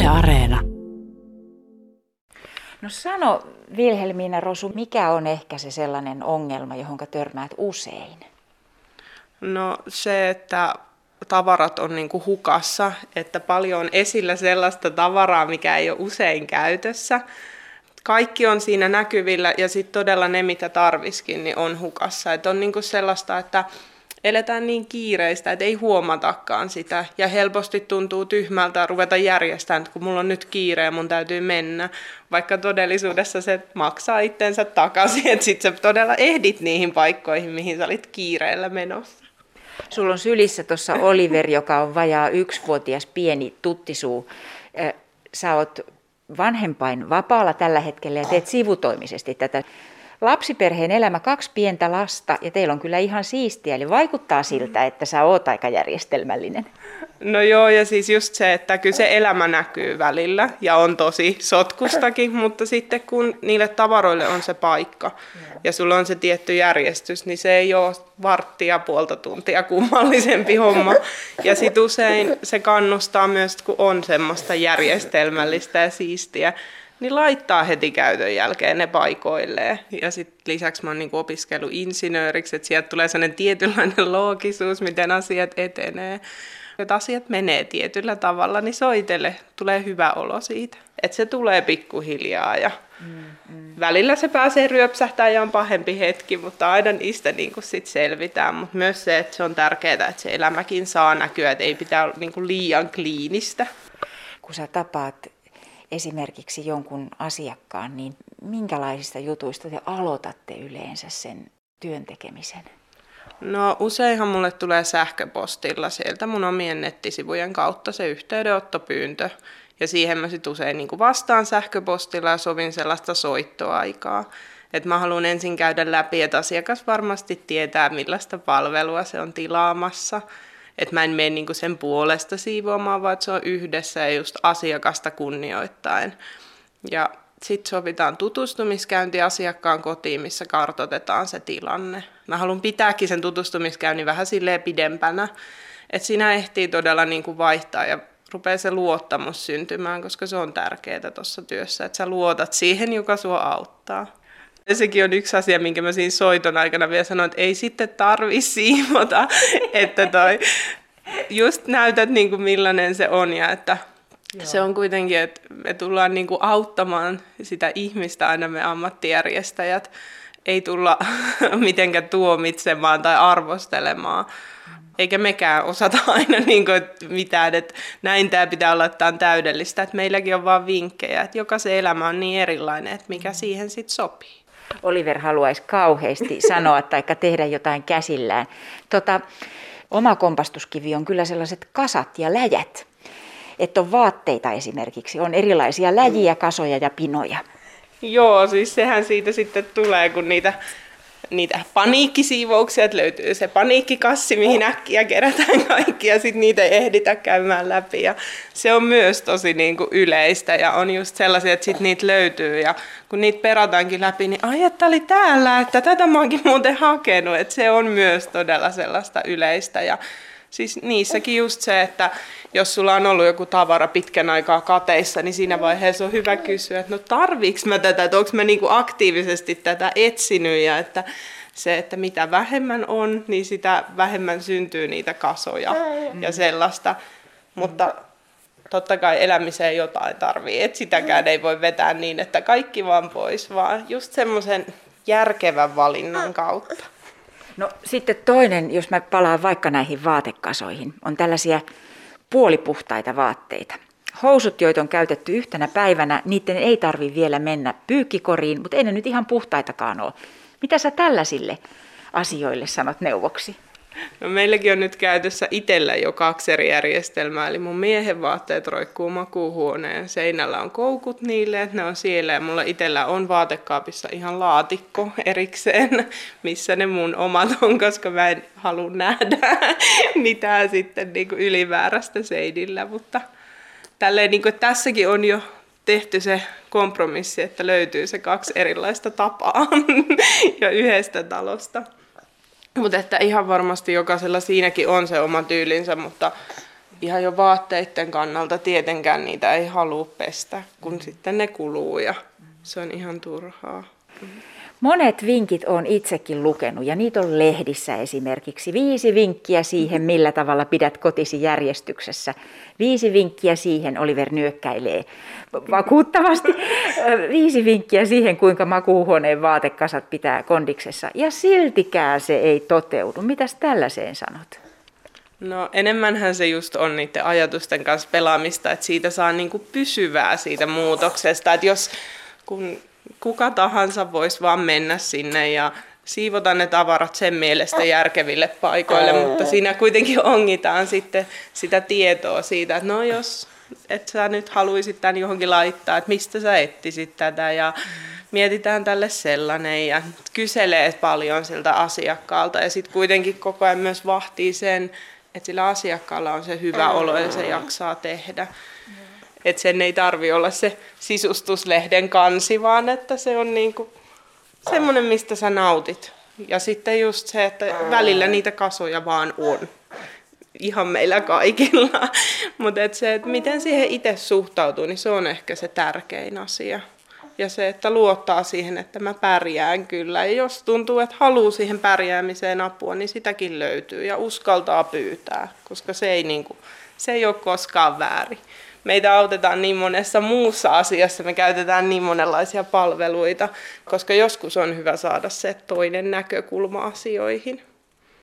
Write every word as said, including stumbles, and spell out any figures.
Yle Areena. No sano, Vilhelmiina Rosu, mikä on ehkä se sellainen ongelma, johon törmäät usein? No se, että tavarat on niin kuin hukassa, että paljon on esillä sellaista tavaraa, mikä ei ole usein käytössä. Kaikki on siinä näkyvillä ja sitten todella ne, mitä tarviskin, niin on hukassa. Et on niin kuin sellaista, että eletään niin kiireistä, että ei huomatakaan sitä. Ja helposti tuntuu tyhmältä ruveta järjestämään, että kun mulla on nyt kiire ja mun täytyy mennä. Vaikka todellisuudessa se maksaa itsensä takaisin, että sit sä todella ehdit niihin paikkoihin, mihin sä olit kiireellä menossa. Sulla on sylissä tuossa Oliver, joka on vajaa yksivuotias pieni tuttisuu. Sä oot vanhempain vapaalla tällä hetkellä ja teet sivutoimisesti tätä. Lapsiperheen elämä, kaksi pientä lasta ja teillä on kyllä ihan siistiä, eli vaikuttaa siltä, että sä oot aika järjestelmällinen. No joo, ja siis just se, että kyllä se elämä näkyy välillä ja on tosi sotkustakin, mutta sitten kun niille tavaroille on se paikka ja sulla on se tietty järjestys, niin se ei ole varttia puolta tuntia kummallisempi homma. Ja sitten usein se kannustaa myös, kun on semmoista järjestelmällistä ja siistiä, niin laittaa heti käytön jälkeen ne paikoilleen. Ja sitten lisäksi mä oon niinku opiskellut insinööriksi, että sieltä tulee sellainen tietynlainen loogisuus, miten asiat etenee. Että asiat menee tietyllä tavalla, niin soitelle tulee hyvä olo siitä. Että se tulee pikkuhiljaa ja mm, mm. välillä se pääsee ryöpsähtää ja on pahempi hetki, mutta aina niistä niinku sit selvitään. Mutta myös se, että se on tärkeää, että se elämäkin saa näkyä, että ei pitää olla niinku liian kliinistä. Kun sä tapaat esimerkiksi jonkun asiakkaan, niin minkälaisista jutuista te aloitatte yleensä sen työn tekemisen? No useinhan mulle tulee sähköpostilla sieltä mun omien nettisivujen kautta se yhteydenottopyyntö. Ja siihen mä sit usein niin kuin vastaan sähköpostilla ja sovin sellaista soittoaikaa. Että mä haluan ensin käydä läpi, että asiakas varmasti tietää millaista palvelua se on tilaamassa. Että mä en mene niinku sen puolesta siivoamaan, vaan se on yhdessä ja just asiakasta kunnioittaen. Ja sitten sovitaan tutustumiskäynti asiakkaan kotiin, missä kartoitetaan se tilanne. Mä haluan pitääkin sen tutustumiskäynnin vähän silleen pidempänä, että siinä ehtii todella niinku vaihtaa ja rupeaa se luottamus syntymään, koska se on tärkeää tuossa työssä, että sä luotat siihen, joka sua auttaa. Ja sekin on yksi asia, minkä mä siinä soiton aikana vielä sanoin, että ei sitten tarvi siivota, että toi just näytät niin kuin millainen se on ja että Joo. Se on kuitenkin, että me tullaan niin kuin auttamaan sitä ihmistä aina me ammattijärjestäjät, ei tulla mitenkään tuomitsemaan tai arvostelemaan. Eikä mekään osata aina niin kuin, että mitään, että näin tämä pitää olla, että tämä on täydellistä. Että meilläkin on vaan vinkkejä, että jokaisen elämä on niin erilainen, että mikä siihen sitten sopii. Oliver haluaisi kauheasti sanoa tai tehdä jotain käsillään. Tota, oma kompastuskivi on kyllä sellaiset kasat ja läjät. Että on vaatteita esimerkiksi, on erilaisia läjiä, kasoja ja pinoja. Joo, siis sehän siitä sitten tulee, kun niitä... niitä paniikkisiivouksia, että löytyy se paniikkikassi, mihin äkkiä kerätään kaikki ja sitten niitä ei ehditä käymään läpi. Ja se on myös tosi niin kuin yleistä ja on just sellaisia, että sitten niitä löytyy ja kun niitä perataankin läpi, niin ai, että oli täällä, että tätä mä oonkin muuten hakenut. Että se on myös todella sellaista yleistä ja siis niissäkin just se, että jos sulla on ollut joku tavara pitkän aikaa kateissa, niin siinä vaiheessa on hyvä kysyä, että no tarviiks mä tätä, että onko mä niinku aktiivisesti tätä etsinyt ja että se, että mitä vähemmän on, niin sitä vähemmän syntyy niitä kasoja ja sellaista, mutta totta kai elämiseen jotain tarvii, että sitäkään ei voi vetää niin, että kaikki vaan pois, vaan just semmoisen järkevän valinnan kautta. No sitten toinen, jos mä palaan vaikka näihin vaatekasoihin, on tällaisia puolipuhtaita vaatteita. Housut, joita on käytetty yhtenä päivänä, niiden ei tarvitse vielä mennä pyykkikoriin, mutta ei ne nyt ihan puhtaitakaan ole. Mitä sä tällaisille asioille sanot neuvoksi? No meilläkin on nyt käytössä itsellä jo kaksi eri järjestelmää, eli mun miehen vaatteet roikkuu makuuhuoneen. Seinällä on koukut niille, että ne on siellä ja mulla itsellä on vaatekaapissa ihan laatikko erikseen, missä ne mun omat on, koska mä en halua nähdä mitään sitten niin kuin ylimääräistä seinillä, mutta tälleen niin kuin tässäkin on jo tehty se kompromissi, että löytyy se kaksi erilaista tapaa jo yhdestä talosta. Mutta että ihan varmasti jokaisella siinäkin on se oma tyylinsä, mutta ihan jo vaatteiden kannalta tietenkään niitä ei halua pestä, kun mm. sitten ne kuluu ja se on ihan turhaa. Mm. Monet vinkit olen itsekin lukenut ja niitä on lehdissä esimerkiksi. Viisi vinkkiä siihen, millä tavalla pidät kotisi järjestyksessä. Viisi vinkkiä siihen, Oliver nyökkäilee vakuuttavasti. Viisi vinkkiä siihen, kuinka makuuhuoneen vaatekasat pitää kondiksessa. Ja siltikään se ei toteudu. Mitäs tällaiseen sanot? No enemmänhän se just on niiden ajatusten kanssa pelaamista, että siitä saa niinku pysyvää siitä muutoksesta. Että jos kun kuka tahansa voisi vaan mennä sinne ja siivota ne tavarat sen mielestä järkeville paikoille, mutta siinä kuitenkin ongitaan sitten sitä tietoa siitä, että no jos et sä nyt haluisit tämän johonkin laittaa, että mistä sä etsisit tätä ja mietitään tälle sellainen ja kyselee paljon siltä asiakkaalta ja sitten kuitenkin koko ajan myös vahtii sen, että sillä asiakkaalla on se hyvä olo ja se jaksaa tehdä. Että sen ei tarvi olla se sisustuslehden kansi, vaan että se on niinku semmoinen, mistä sä nautit. Ja sitten just se, että välillä niitä kasoja vaan on. Ihan meillä kaikilla. Mutta et se, että miten siihen itse suhtautuu, niin se on ehkä se tärkein asia. Ja se, että luottaa siihen, että mä pärjään kyllä. Ja jos tuntuu, että haluaa siihen pärjäämiseen apua, niin sitäkin löytyy. Ja uskaltaa pyytää, koska se ei, niinku, se ei ole koskaan väärin. Meitä autetaan niin monessa muussa asiassa, me käytetään niin monenlaisia palveluita, koska joskus on hyvä saada se toinen näkökulma asioihin.